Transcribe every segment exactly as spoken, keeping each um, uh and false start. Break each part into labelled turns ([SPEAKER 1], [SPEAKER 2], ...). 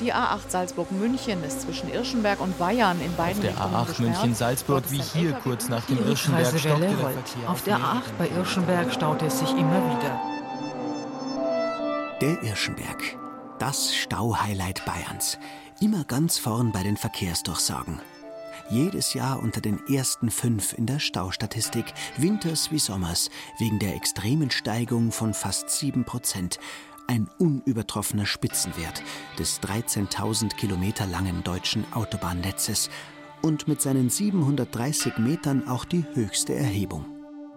[SPEAKER 1] Die A acht Salzburg-München ist zwischen Irschenberg und Weyarn in beiden
[SPEAKER 2] Richtungen gesperrt. Auf der A acht München-Salzburg wie hier kurz nach dem Irschenberg stockte der Verkehr.
[SPEAKER 3] Auf der A acht bei Irschenberg staute es sich immer wieder.
[SPEAKER 4] Der Irschenberg, das Stauhighlight Bayerns. Immer ganz vorn bei den Verkehrsdurchsagen. Jedes Jahr unter den ersten fünf in der Staustatistik, winters wie sommers, wegen der extremen Steigung von fast sieben Prozent. Ein unübertroffener Spitzenwert des dreizehntausend Kilometer langen deutschen Autobahnnetzes und mit seinen siebenhundertdreißig Metern auch die höchste Erhebung.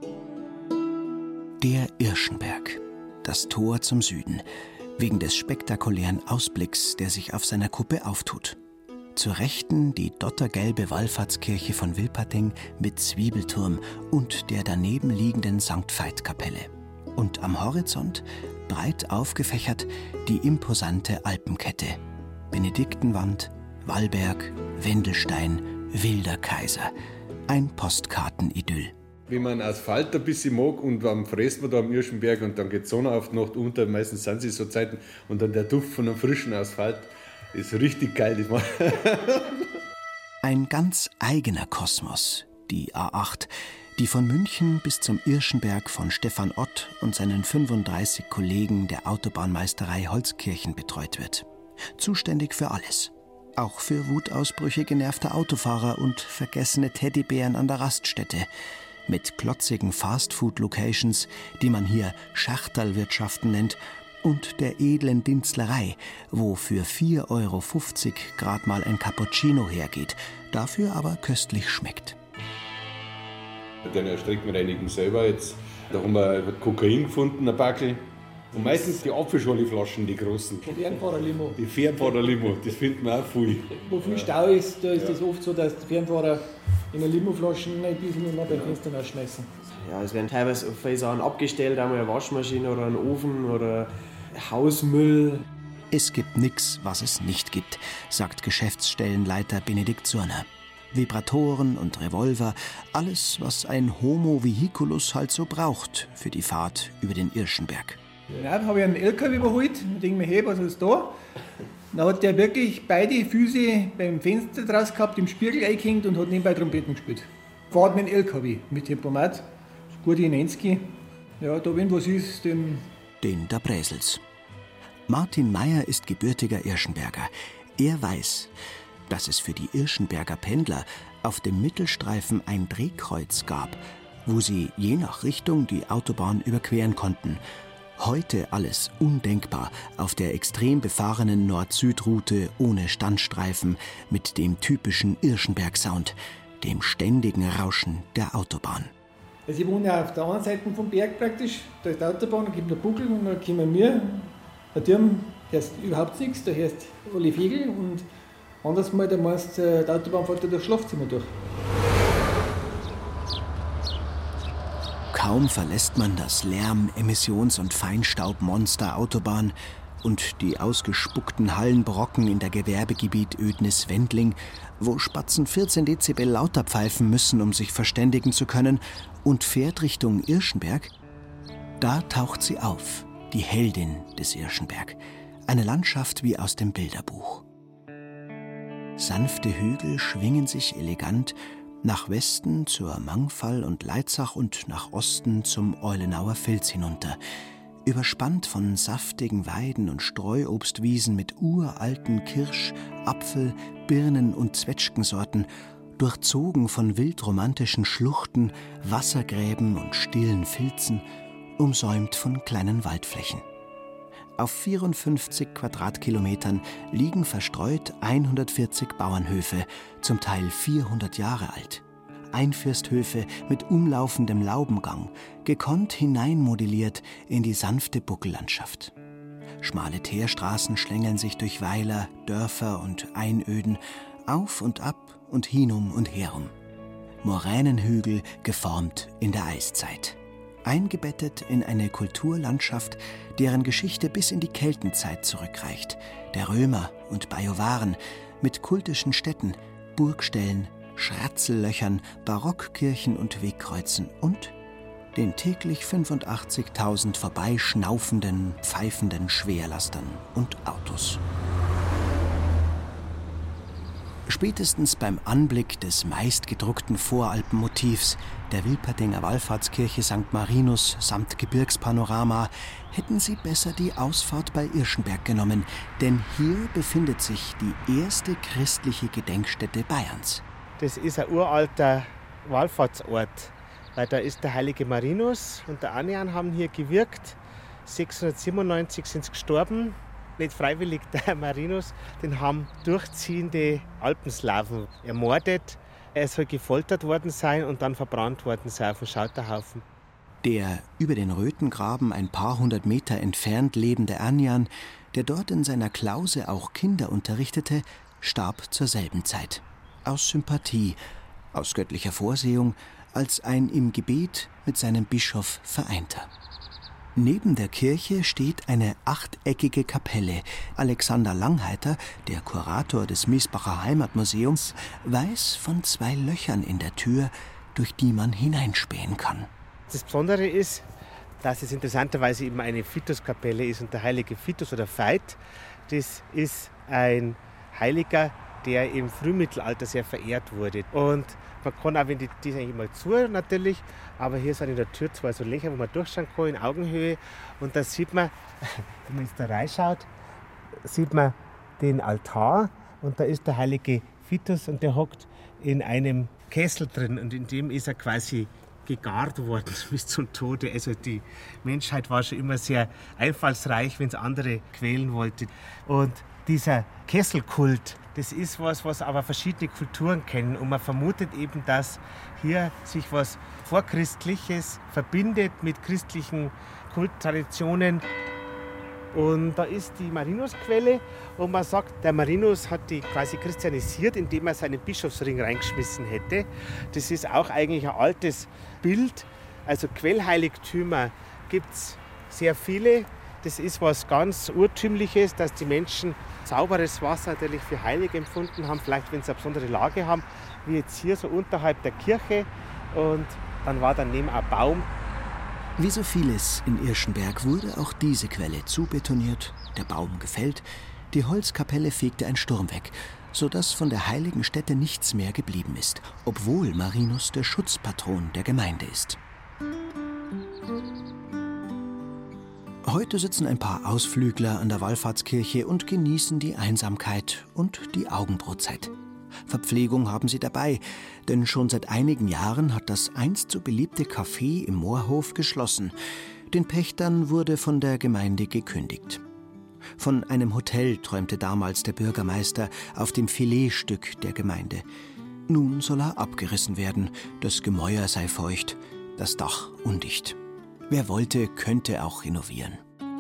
[SPEAKER 4] Der Irschenberg, das Tor zum Süden, wegen des spektakulären Ausblicks, der sich auf seiner Kuppe auftut. Zur Rechten die dottergelbe Wallfahrtskirche von Wilpating mit Zwiebelturm und der daneben liegenden Sankt Veit-Kapelle. Und am Horizont, breit aufgefächert, die imposante Alpenkette. Benediktenwand, Wallberg, Wendelstein, Wilder Kaiser. Ein Postkartenidyll.
[SPEAKER 5] Wenn man Asphalt ein bisschen mag und dann fräst man da am Irschenberg und dann geht die Sonne auf die Nacht unter, meistens sind sie so Zeiten, und dann der Duft von einem frischen Asphalt ist richtig geil.
[SPEAKER 4] Ein ganz eigener Kosmos, die A acht, die von München bis zum Irschenberg von Stefan Ott und seinen fünfunddreißig Kollegen der Autobahnmeisterei Holzkirchen betreut wird. Zuständig für alles. Auch für Wutausbrüche genervter Autofahrer und vergessene Teddybären an der Raststätte. Mit klotzigen Fastfood-Locations, die man hier Schachterlwirtschaften nennt, und der edlen Dinzlerei, wo für vier Euro fünfzig grad mal ein Cappuccino hergeht, dafür aber köstlich schmeckt.
[SPEAKER 5] Dann Streckenreinigung selber jetzt. Da haben wir Kokain gefunden, ein Backel. Und meistens die Apfelschorleflaschen, die großen.
[SPEAKER 6] Die Fernfahrerlimo.
[SPEAKER 5] Die Fernfahrerlimo, das finden wir auch viel.
[SPEAKER 6] Wo viel Stau ist, da ist ja. Das oft so, dass die Fernfahrer in der Limoflaschen ein bisschen noch beim Fenster rausschmeißen.
[SPEAKER 7] Ja, es werden teilweise viele Sachen abgestellt, einmal eine Waschmaschine oder ein Ofen oder Hausmüll.
[SPEAKER 4] Es gibt nichts, was es nicht gibt, sagt Geschäftsstellenleiter Benedikt Zurner. Vibratoren und Revolver, alles, was ein Homo Vehiculus halt so braucht für die Fahrt über den Irschenberg.
[SPEAKER 6] Ja, dann habe ich einen L K W überholt, ich denke mir, hey, was ist da? Dann hat der wirklich beide Füße beim Fenster draus gehabt, im Spiegel eingehängt und hat nebenbei Trompeten gespielt. Fahrt mit dem L K W, mit Tempomat, gute neunzig. Ja, da wenn was ist, den...
[SPEAKER 4] Den da Bräsels. Martin Meyer ist gebürtiger Irschenberger. Er weiß, dass es für die Irschenberger Pendler auf dem Mittelstreifen ein Drehkreuz gab, wo sie je nach Richtung die Autobahn überqueren konnten. Heute alles undenkbar auf der extrem befahrenen Nord-Süd-Route ohne Standstreifen mit dem typischen Irschenberg-Sound, dem ständigen Rauschen der Autobahn.
[SPEAKER 6] Also ich wohne ja auf der anderen Seite vom Berg praktisch, da ist die Autobahn, da gibt es einen Buckel und dann kommen wir, ein Turm, da hörst überhaupt nichts, da hörst alle Vögel und anders mal, da meinst du, die Autobahn fährt da durchs Schlafzimmer durch.
[SPEAKER 4] Kaum verlässt man das Lärm-, Emissions- und Feinstaubmonster Autobahn und die ausgespuckten Hallenbrocken in der Gewerbegebiet Ödnis-Wendling, wo Spatzen vierzehn Dezibel lauter pfeifen müssen, um sich verständigen zu können, und fährt Richtung Irschenberg, da taucht sie auf, die Heldin des Irschenberg, eine Landschaft wie aus dem Bilderbuch. Sanfte Hügel schwingen sich elegant nach Westen zur Mangfall und Leitzach und nach Osten zum Eulenauer Fels hinunter, überspannt von saftigen Weiden und Streuobstwiesen mit uralten Kirsch-, Apfel-, Birnen- und Zwetschgensorten, durchzogen von wildromantischen Schluchten, Wassergräben und stillen Filzen, umsäumt von kleinen Waldflächen. Auf vierundfünfzig Quadratkilometern liegen verstreut hundertvierzig Bauernhöfe, zum Teil vierhundert Jahre alt. Einfürsthöfe mit umlaufendem Laubengang, gekonnt hineinmodelliert in die sanfte Buckellandschaft. Schmale Teerstraßen schlängeln sich durch Weiler, Dörfer und Einöden, auf und ab und hinum und herum. Moränenhügel geformt in der Eiszeit. Eingebettet in eine Kulturlandschaft, deren Geschichte bis in die Keltenzeit zurückreicht, der Römer und Bajuwaren, mit kultischen Städten, Burgstellen, Schratzellöchern, Barockkirchen und Wegkreuzen und den täglich fünfundachtzigtausend vorbeischnaufenden, pfeifenden Schwerlastern und Autos. Spätestens beim Anblick des meistgedruckten Voralpenmotivs, der Wilperdinger Wallfahrtskirche Sankt Marinus samt Gebirgspanorama, hätten sie besser die Ausfahrt bei Irschenberg genommen, denn hier befindet sich die erste christliche Gedenkstätte Bayerns.
[SPEAKER 8] Das ist ein uralter Wallfahrtsort, weil da ist der heilige Marinus und der Annian haben hier gewirkt. sechshundertsiebenundneunzig sind sie gestorben. Nicht freiwillig, der Marinus, den haben durchziehende Alpenslawen ermordet. Er soll gefoltert worden sein und dann verbrannt worden sein auf dem Schauterhaufen.
[SPEAKER 4] Der über den Röthengraben ein paar hundert Meter entfernt lebende Annian, der dort in seiner Klause auch Kinder unterrichtete, starb zur selben Zeit. Aus Sympathie, aus göttlicher Vorsehung, als ein im Gebet mit seinem Bischof Vereinter. Neben der Kirche steht eine achteckige Kapelle. Alexander Langheiter, der Kurator des Miesbacher Heimatmuseums, weiß von zwei Löchern in der Tür, durch die man hineinspähen kann.
[SPEAKER 8] Das Besondere ist, dass es interessanterweise eben eine Vitus-Kapelle ist. Und der heilige Vitus oder Veit, das ist ein Heiliger, der im Frühmittelalter sehr verehrt wurde. Und man kann auch, wenn die, die ist eigentlich mal zu natürlich, aber hier sind in der Tür zwei so Löcher, wo man durchschauen kann in Augenhöhe. Und da sieht man, wenn man jetzt da reinschaut, sieht man den Altar und da ist der heilige Vitus und der hockt in einem Kessel drin und in dem ist er quasi gegart worden bis zum Tode. Also die Menschheit war schon immer sehr einfallsreich, wenn es andere quälen wollte. Und dieser Kesselkult, das ist was, was aber verschiedene Kulturen kennen. Und man vermutet eben, dass hier sich was Vorchristliches verbindet mit christlichen Kulttraditionen. Und da ist die Marinusquelle und man sagt, der Marinus hat die quasi christianisiert, indem er seinen Bischofsring reingeschmissen hätte. Das ist auch eigentlich ein altes Bild. Also Quellheiligtümer gibt es sehr viele. Das ist was ganz Urtümliches, dass die Menschen sauberes Wasser natürlich für heilig empfunden haben, vielleicht wenn sie eine besondere Lage haben, wie jetzt hier so unterhalb der Kirche. Und dann war daneben ein Baum.
[SPEAKER 4] Wie so vieles in Irschenberg wurde auch diese Quelle zubetoniert, der Baum gefällt, die Holzkapelle fegte ein Sturm weg, sodass von der heiligen Stätte nichts mehr geblieben ist, obwohl Marinus der Schutzpatron der Gemeinde ist. Heute sitzen ein paar Ausflügler an der Wallfahrtskirche und genießen die Einsamkeit und die Augenbrotzeit. Verpflegung haben sie dabei, denn schon seit einigen Jahren hat das einst so beliebte Café im Moorhof geschlossen. Den Pächtern wurde von der Gemeinde gekündigt. Von einem Hotel träumte damals der Bürgermeister auf dem Filetstück der Gemeinde. Nun soll er abgerissen werden, das Gemäuer sei feucht, das Dach undicht. Wer wollte, könnte auch renovieren.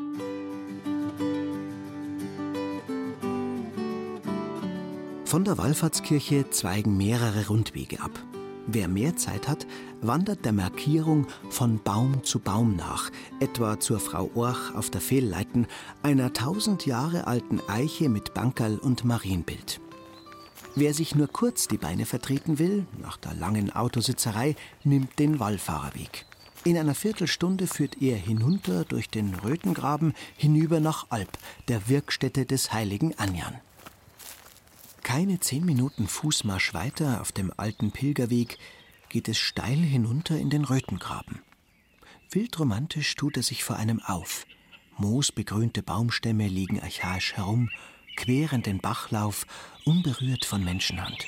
[SPEAKER 4] Von der Wallfahrtskirche zweigen mehrere Rundwege ab. Wer mehr Zeit hat, wandert der Markierung von Baum zu Baum nach, etwa zur Frau Orch auf der Fehlleiten, einer tausend Jahre alten Eiche mit Bankerl und Marienbild. Wer sich nur kurz die Beine vertreten will, nach der langen Autositzerei, nimmt den Wallfahrerweg. In einer Viertelstunde führt er hinunter durch den Röthengraben hinüber nach Alp, der Wirkstätte des heiligen Annian. Keine zehn Minuten Fußmarsch weiter auf dem alten Pilgerweg geht es steil hinunter in den Röthengraben. Wildromantisch tut er sich vor einem auf. Moosbegrünte Baumstämme liegen archaisch herum, queren den Bachlauf, unberührt von Menschenhand.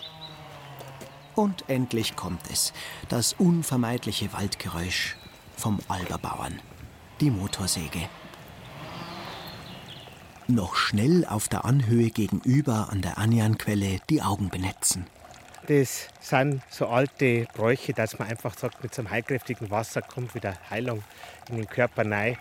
[SPEAKER 4] Und endlich kommt es, das unvermeidliche Waldgeräusch vom Alberbauern, die Motorsäge. Noch schnell auf der Anhöhe gegenüber an der Annianquelle die Augen benetzen.
[SPEAKER 8] Das sind so alte Bräuche, dass man einfach sagt, mit so einem heilkräftigen Wasser kommt wieder Heilung in den Körper rein.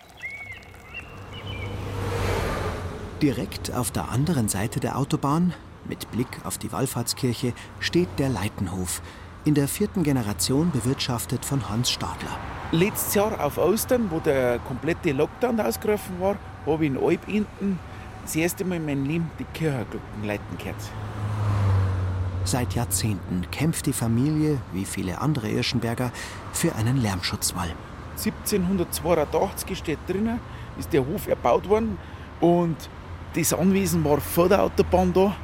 [SPEAKER 4] Direkt auf der anderen Seite der Autobahn, mit Blick auf die Wallfahrtskirche, steht der Leitenhof, in der vierten Generation bewirtschaftet von Hans Stadler.
[SPEAKER 9] Letztes Jahr auf Ostern, wo der komplette Lockdown ausgerufen war, habe ich in Alp-Inten das erste Mal in meinem Leben die Kirchenglocken läuten gehört.
[SPEAKER 4] Seit Jahrzehnten kämpft die Familie, wie viele andere Irschenberger, für einen Lärmschutzwall.
[SPEAKER 9] siebzehnhundertzweiundachtzig steht drinnen, ist der Hof erbaut worden und das Anwesen war vor der Autobahn da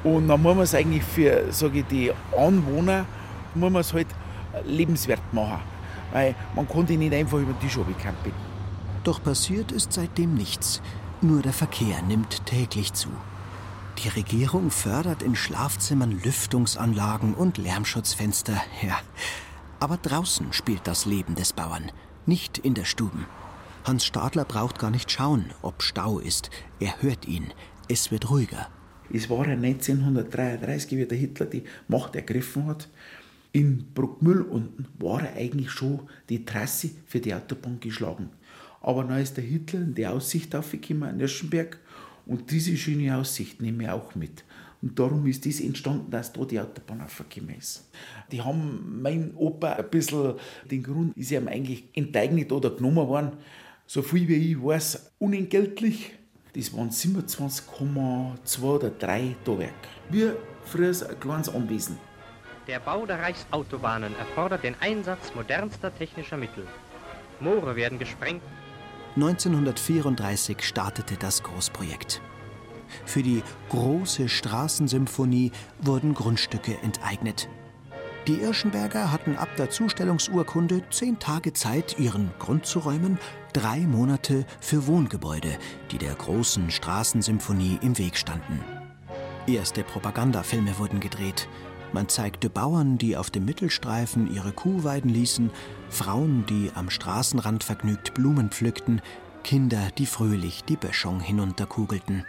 [SPEAKER 9] Und dann muss man es eigentlich für, sage ich, die Anwohner, muss man es halt lebenswert machen. Weil man kann die nicht einfach über den Tisch runterkampen.
[SPEAKER 4] Doch passiert ist seitdem nichts. Nur der Verkehr nimmt täglich zu. Die Regierung fördert in Schlafzimmern Lüftungsanlagen und Lärmschutzfenster. Ja. Aber draußen spielt das Leben des Bauern, nicht in der Stuben. Hans Stadler braucht gar nicht schauen, ob Stau ist. Er hört ihn. Es wird ruhiger.
[SPEAKER 9] Es war ja neunzehnhundertdreiunddreißig, wie der Hitler die Macht ergriffen hat. In Bruckmühl unten war er eigentlich schon die Trasse für die Autobahn geschlagen. Aber dann ist der Hitler in die Aussicht aufgekommen, in Irschenberg. Und diese schöne Aussicht nehme ich auch mit. Und darum ist das entstanden, dass da die Autobahn aufgekommen ist. Die haben mein Opa ein bisschen, den Grund ist ihm eigentlich enteignet oder genommen worden. So viel wie ich weiß, unentgeltlich. Das waren siebenundzwanzig Komma zwei oder drei Tauwerk. Wie früher ein kleines Anwesen.
[SPEAKER 10] Der Bau der Reichsautobahnen erfordert den Einsatz modernster technischer Mittel. Moore werden gesprengt.
[SPEAKER 4] neunzehnhundertvierunddreißig startete das Großprojekt. Für die große Straßensymphonie wurden Grundstücke enteignet. Die Irschenberger hatten ab der Zustellungsurkunde zehn Tage Zeit, ihren Grund zu räumen, drei Monate für Wohngebäude, die der großen Straßensymphonie im Weg standen. Erste Propagandafilme wurden gedreht. Man zeigte Bauern, die auf dem Mittelstreifen ihre Kuh weiden ließen, Frauen, die am Straßenrand vergnügt Blumen pflückten, Kinder, die fröhlich die Böschung hinunterkugelten.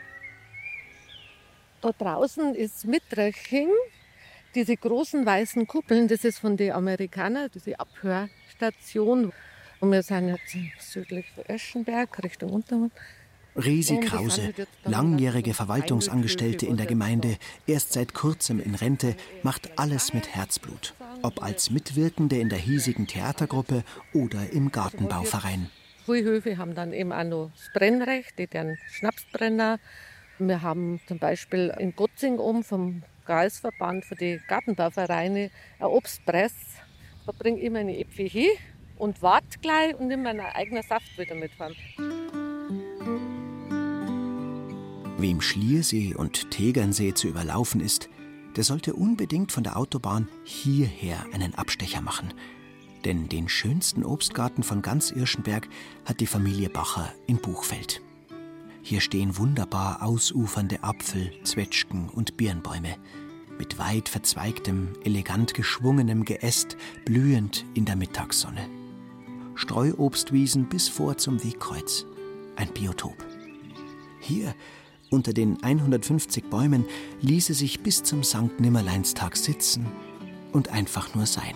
[SPEAKER 11] Da draußen ist Mittreching, diese großen weißen Kuppeln, das ist von den Amerikanern, diese Abhörstation. Und wir sind jetzt südlich von Irschenberg, Richtung Untermund.
[SPEAKER 4] Resi Krause, langjährige Verwaltungsangestellte in der Gemeinde, erst seit kurzem in Rente, macht alles mit Herzblut. Ob als Mitwirkende in der hiesigen Theatergruppe oder im Gartenbauverein.
[SPEAKER 11] Viele Höfe haben dann eben auch noch das Brennrecht, die dann Schnapsbrenner. Wir haben zum Beispiel in Gotzing oben vom Kreisverband für die Gartenbauvereine ein Obstpress. Da bringe ich meine Äpfel hin und warte gleich und nehme meinen eigenen Saft wieder mitfahren.
[SPEAKER 4] Wem Schliersee und Tegernsee zu überlaufen ist, der sollte unbedingt von der Autobahn hierher einen Abstecher machen. Denn den schönsten Obstgarten von ganz Irschenberg hat die Familie Bacher in Buchfeld. Hier stehen wunderbar ausufernde Apfel-, Zwetschgen- und Birnbäume. Mit weit verzweigtem, elegant geschwungenem Geäst, blühend in der Mittagssonne. Streuobstwiesen bis vor zum Wegkreuz. Ein Biotop. Hier, unter den hundertfünfzig Bäumen, ließe sich bis zum Sankt-Nimmerleinstag sitzen und einfach nur sein.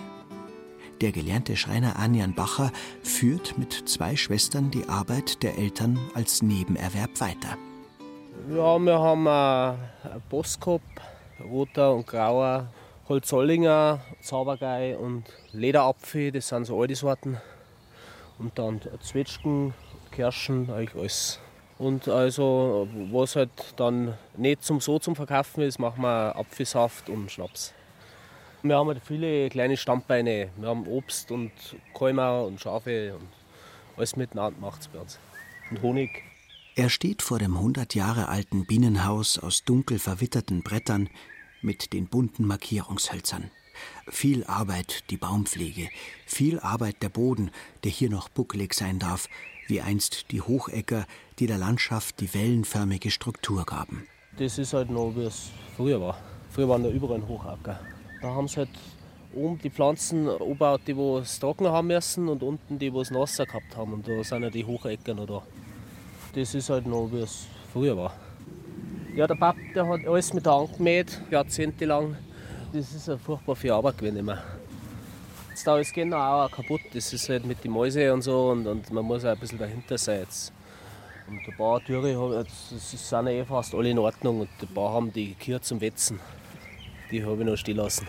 [SPEAKER 4] Der gelernte Schreiner Anjan Bacher führt mit zwei Schwestern die Arbeit der Eltern als Nebenerwerb weiter.
[SPEAKER 12] Ja, wir haben einen Boskop, roter und grauer, Holzollinger, Zaubergei und Lederapfel, das sind so alte Sorten. Und dann Zwetschgen, Kirschen, eigentlich alles. Und also, was halt dann nicht zum, so zum Verkaufen ist, machen wir Apfelsaft und Schnaps. Wir haben halt viele kleine Stammbeine. Wir haben Obst und Kälmer und Schafe und alles miteinander macht es bei uns. Und Honig.
[SPEAKER 4] Er steht vor dem hundert Jahre alten Bienenhaus aus dunkel verwitterten Brettern mit den bunten Markierungshölzern. Viel Arbeit die Baumpflege, viel Arbeit der Boden, der hier noch buckelig sein darf, wie einst die Hochecker, die der Landschaft die wellenförmige Struktur gaben.
[SPEAKER 12] Das ist halt noch, wie es früher war. Früher waren da überall Hochacker. Da haben sie halt oben die Pflanzen angebaut, die es trocken haben müssen, und unten die, die es nasser gehabt haben. Und da sind ja die Hochecker noch da. Das ist halt noch, wie es früher war. Ja, der Papa, der hat alles mit der Hand gemäht, jahrzehntelang. Das ist ja furchtbar viel Arbeit gewesen immer. Jetzt da ist genau auch kaputt. Das ist halt mit den Mäuse und so, und, und man muss auch ein bisschen dahinter sein jetzt. Und ein paar Türe, das sind ja eh fast alle in Ordnung, und ein paar haben die Kühe zum Wetzen. Die habe ich noch stehen lassen.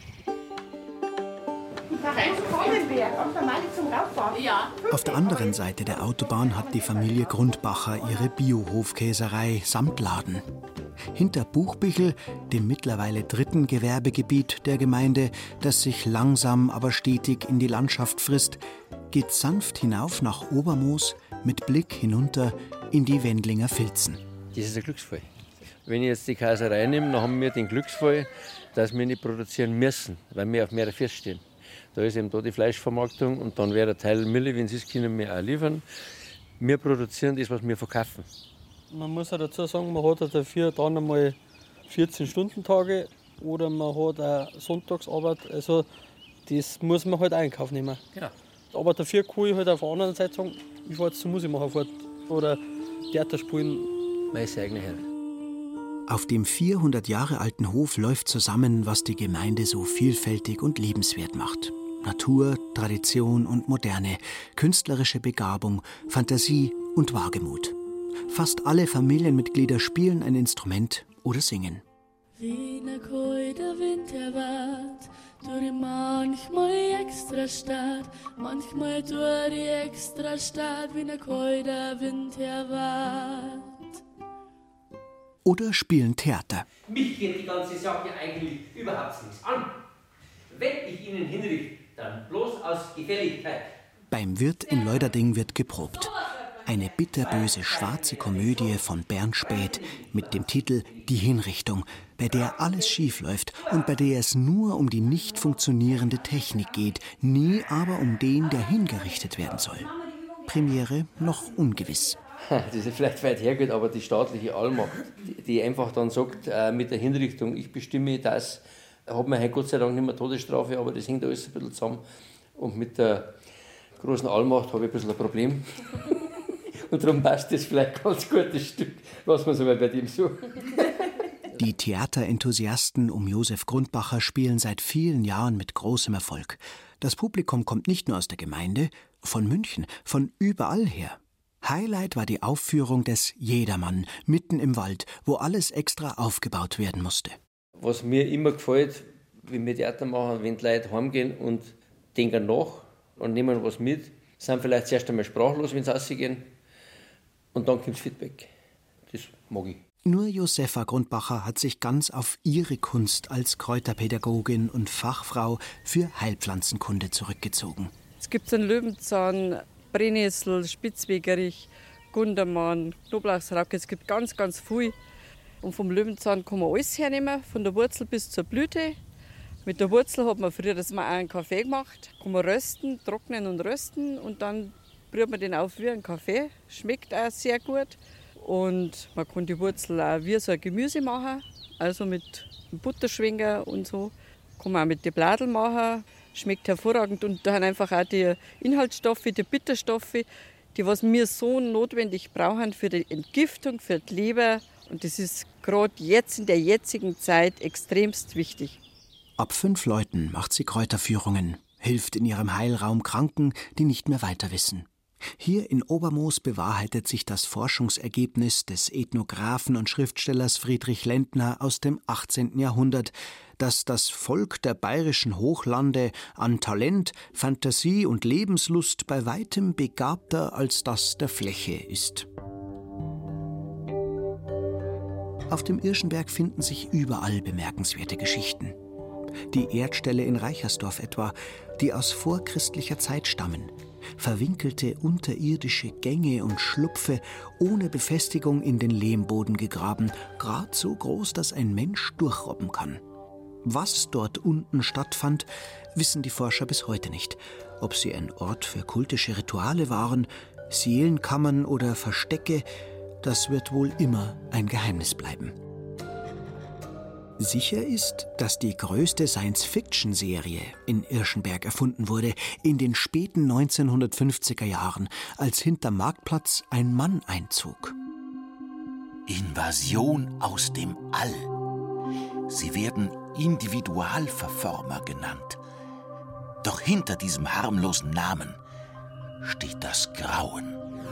[SPEAKER 4] Auf der anderen Seite der Autobahn hat die Familie Grundbacher ihre Bio-Hofkäserei samt Laden. Hinter Buchbichel, dem mittlerweile dritten Gewerbegebiet der Gemeinde, das sich langsam aber stetig in die Landschaft frisst, geht sanft hinauf nach Obermoos mit Blick hinunter in die Wendlinger Filzen.
[SPEAKER 13] Das ist ein Glücksfall. Wenn ich jetzt die Käserei nehme, dann haben wir den Glücksfall, dass wir nicht produzieren müssen, weil wir auf mehrere feststehen. Da ist eben da die Fleischvermarktung und dann wäre der Teil Mille, wenn sie es können, wir auch liefern. Wir produzieren das, was wir verkaufen.
[SPEAKER 14] Man muss auch dazu sagen, man hat dafür dann einmal vierzehn-Stunden-Tage oder man hat auch Sonntagsarbeit. Also das muss man halt auch in Kauf nehmen.
[SPEAKER 13] Genau.
[SPEAKER 14] Aber dafür kann ich halt auf der anderen Seite sagen, ich fahre jetzt zur Musik machen fort oder Theater spielen.
[SPEAKER 13] Meine eigene Herr.
[SPEAKER 4] Auf dem vierhundert Jahre alten Hof läuft zusammen, was die Gemeinde so vielfältig und liebenswert macht. Natur, Tradition und Moderne, künstlerische Begabung, Fantasie und Wagemut. Fast alle Familienmitglieder spielen ein Instrument oder singen.
[SPEAKER 15] Wie ne kalter Winter wart, tu ich manchmal extra stark, manchmal tu ich extra stark, wie ne kalter Winter wart.
[SPEAKER 4] Oder spielen Theater.
[SPEAKER 16] Mich geht die ganze Sache eigentlich überhaupt nichts an. Wenn ich Ihnen hinrichte, dann bloß aus Gefälligkeit.
[SPEAKER 4] Beim Wirt in Leuderding wird geprobt. Eine bitterböse schwarze Komödie von Bernd Späth mit dem Titel Die Hinrichtung, bei der alles schief läuft und bei der es nur um die nicht funktionierende Technik geht, nie aber um den, der hingerichtet werden soll. Premiere noch ungewiss.
[SPEAKER 13] Das ist vielleicht weit hergeht, aber die staatliche Allmacht, die, die einfach dann sagt, äh, mit der Hinrichtung, ich bestimme das, hat man Gott sei Dank nicht mehr Todesstrafe, aber das hängt alles ein bisschen zusammen. Und mit der großen Allmacht habe ich ein bisschen ein Problem. Und darum passt das vielleicht ganz gut, das Stück, was man so bei dem so.
[SPEAKER 4] Die Theaterenthusiasten um Josef Grundbacher spielen seit vielen Jahren mit großem Erfolg. Das Publikum kommt nicht nur aus der Gemeinde, von München, von überall her. Highlight war die Aufführung des Jedermann, mitten im Wald, wo alles extra aufgebaut werden musste.
[SPEAKER 13] Was mir immer gefällt, wenn wir Theater machen, wenn die Leute heimgehen und denken nach und nehmen was mit, sind vielleicht zuerst einmal sprachlos, wenn sie rausgehen, und dann kommt das Feedback. Das mag ich.
[SPEAKER 4] Nur Josefa Grundbacher hat sich ganz auf ihre Kunst als Kräuterpädagogin und Fachfrau für Heilpflanzenkunde zurückgezogen.
[SPEAKER 17] Es gibt einen Löwenzahn, Brennnessel, Spitzwegerich, Gundermann, Knoblauchsrauke. Es gibt ganz, ganz viel. Und vom Löwenzahn kann man alles hernehmen, von der Wurzel bis zur Blüte. Mit der Wurzel hat man früher das mal auch einen Kaffee gemacht. Kann man rösten, trocknen und rösten und dann brüht man den auf wie einen Kaffee. Schmeckt auch sehr gut. Und man kann die Wurzel auch wie so ein Gemüse machen, also mit Butterschwenger und so. Kann man auch mit den Bladeln machen. Schmeckt hervorragend und da haben einfach auch die Inhaltsstoffe, die Bitterstoffe, die was wir so notwendig brauchen für die Entgiftung, für die Leber. Und das ist gerade jetzt in der jetzigen Zeit extremst wichtig.
[SPEAKER 4] Ab fünf Leuten macht sie Kräuterführungen, hilft in ihrem Heilraum Kranken, die nicht mehr weiter wissen. Hier in Obermoos bewahrheitet sich das Forschungsergebnis des Ethnographen und Schriftstellers Friedrich Lentner aus dem achtzehnten Jahrhundert, dass das Volk der bayerischen Hochlande an Talent, Fantasie und Lebenslust bei weitem begabter als das der Fläche ist. Auf dem Irschenberg finden sich überall bemerkenswerte Geschichten. Die Erdställe in Reichersdorf etwa, die aus vorchristlicher Zeit stammen. Verwinkelte unterirdische Gänge und Schlupfe ohne Befestigung in den Lehmboden gegraben, grad so groß, dass ein Mensch durchrobben kann. Was dort unten stattfand, wissen die Forscher bis heute nicht. Ob sie ein Ort für kultische Rituale waren, Seelenkammern oder Verstecke, das wird wohl immer ein Geheimnis bleiben. Sicher ist, dass die größte Science-Fiction-Serie in Irschenberg erfunden wurde, in den späten neunzehnhundertfünfziger Jahren, als hinterm Marktplatz ein Mann einzog.
[SPEAKER 18] Invasion aus dem All. Sie werden Individualverformer genannt. Doch hinter diesem harmlosen Namen steht das Grauen.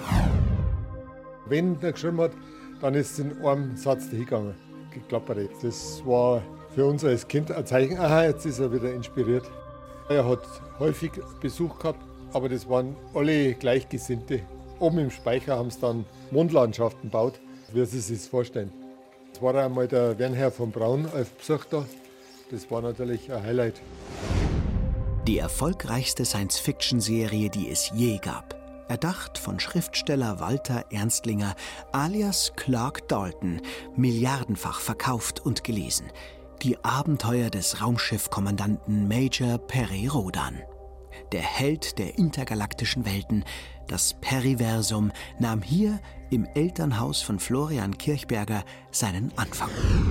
[SPEAKER 19] Wenn der geschrieben hat, dann ist es in einem Satz dahingegangen. Geklappert. Das war für uns als Kind ein Zeichen, aha, jetzt ist er wieder inspiriert. Er hat häufig Besuch gehabt, aber das waren alle Gleichgesinnte. Oben im Speicher haben sie dann Mondlandschaften gebaut, wie sie sich das vorstellen. Es war einmal der Wernher von Braun als Besuch da. Das war natürlich ein Highlight.
[SPEAKER 4] Die erfolgreichste Science-Fiction-Serie, die es je gab. Erdacht von Schriftsteller Walter Ernstlinger alias Clark Dalton, milliardenfach verkauft und gelesen. Die Abenteuer des Raumschiffkommandanten Major Peri Rodan. Der Held der intergalaktischen Welten, das Periversum, nahm hier im Elternhaus von Florian Kirchberger seinen Anfang.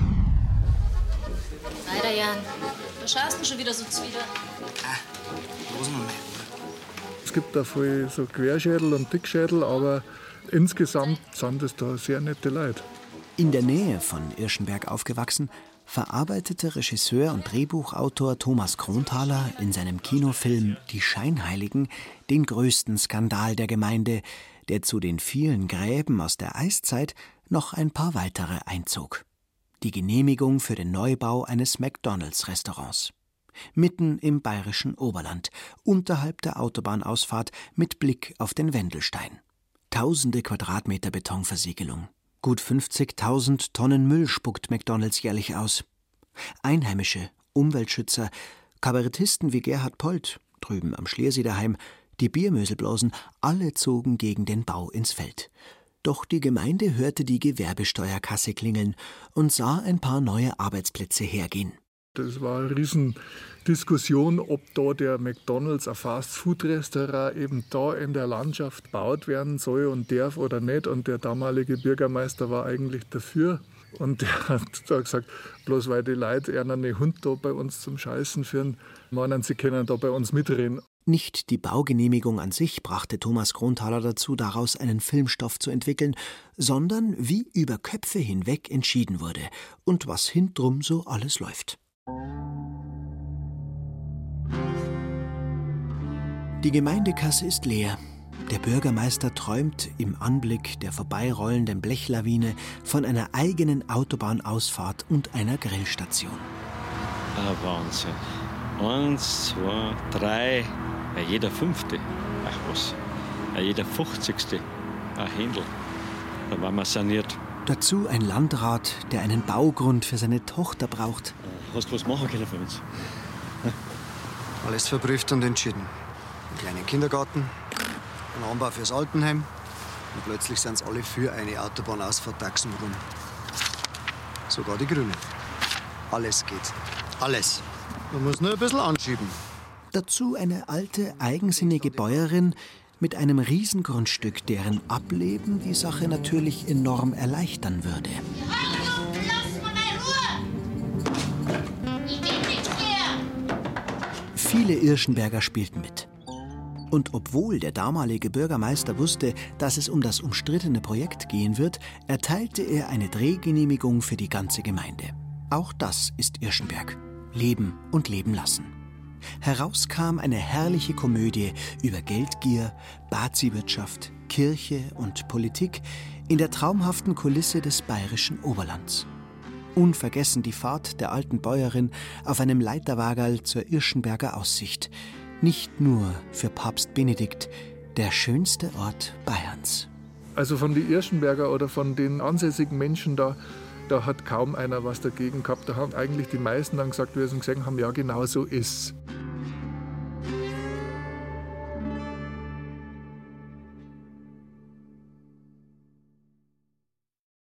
[SPEAKER 20] Leider, Jan. Was schaust du schon wieder so zwider?
[SPEAKER 21] Ah, Rosenmann.
[SPEAKER 22] Es gibt da viel so Querschädel und Dickschädel, aber insgesamt sind es da sehr nette Leute.
[SPEAKER 4] In der Nähe von Irschenberg aufgewachsen, verarbeitete Regisseur und Drehbuchautor Thomas Kronthaler in seinem Kinofilm Die Scheinheiligen den größten Skandal der Gemeinde, der zu den vielen Gräben aus der Eiszeit noch ein paar weitere einzog. Die Genehmigung für den Neubau eines McDonalds-Restaurants. Mitten im bayerischen Oberland, unterhalb der Autobahnausfahrt mit Blick auf den Wendelstein. Tausende Quadratmeter Betonversiegelung. Gut fünfzigtausend Tonnen Müll spuckt McDonalds jährlich aus. Einheimische, Umweltschützer, Kabarettisten wie Gerhard Polt, drüben am Schliersee daheim, die Biermöselblasen, alle zogen gegen den Bau ins Feld. Doch die Gemeinde hörte die Gewerbesteuerkasse klingeln und sah ein paar neue Arbeitsplätze hergehen.
[SPEAKER 22] Das war eine Riesendiskussion, ob da der McDonalds, ein Fast-Food-Restaurant, eben da in der Landschaft baut werden soll und darf oder nicht. Und der damalige Bürgermeister war eigentlich dafür. Und der hat da gesagt, bloß weil die Leute einen Hund da bei uns zum Scheißen führen, meinen, sie können da bei uns mitreden.
[SPEAKER 4] Nicht die Baugenehmigung an sich brachte Thomas Kronthaler dazu, daraus einen Filmstoff zu entwickeln, sondern wie über Köpfe hinweg entschieden wurde und was hintrum so alles läuft. Die Gemeindekasse ist leer. Der Bürgermeister träumt im Anblick der vorbeirollenden Blechlawine von einer eigenen Autobahnausfahrt und einer Grillstation.
[SPEAKER 23] Ah, Wahnsinn. Eins, zwei, drei, ja, jeder fünfte. Ach was, ja, jeder fünfzigste. Ein Händel. Da waren wir saniert.
[SPEAKER 4] Dazu ein Landrat, der einen Baugrund für seine Tochter braucht.
[SPEAKER 23] Hast du was machen können für uns?
[SPEAKER 24] Alles verprüft und entschieden. Einen kleinen Kindergarten, ein Anbau fürs Altenheim und plötzlich sind sie alle für eine Autobahnausfahrt Taxenrum. Sogar die Grünen. Alles geht. Alles. Man muss nur ein bisschen anschieben.
[SPEAKER 4] Dazu eine alte, eigensinnige Bäuerin mit einem Riesengrundstück, deren Ableben die Sache natürlich enorm erleichtern würde. Viele Irschenberger spielten mit. Und obwohl der damalige Bürgermeister wusste, dass es um das umstrittene Projekt gehen wird, erteilte er eine Drehgenehmigung für die ganze Gemeinde. Auch das ist Irschenberg. Leben und leben lassen. Heraus kam eine herrliche Komödie über Geldgier, Bazi-Wirtschaft, Kirche und Politik in der traumhaften Kulisse des bayerischen Oberlands. Unvergessen die Fahrt der alten Bäuerin auf einem Leiterwagerl zur Irschenberger Aussicht. Nicht nur für Papst Benedikt, der schönste Ort Bayerns.
[SPEAKER 22] Also von den Irschenberger oder von den ansässigen Menschen da, da hat kaum einer was dagegen gehabt. Da haben eigentlich die meisten dann gesagt, wie sie gesehen haben, ja, genau so ist's.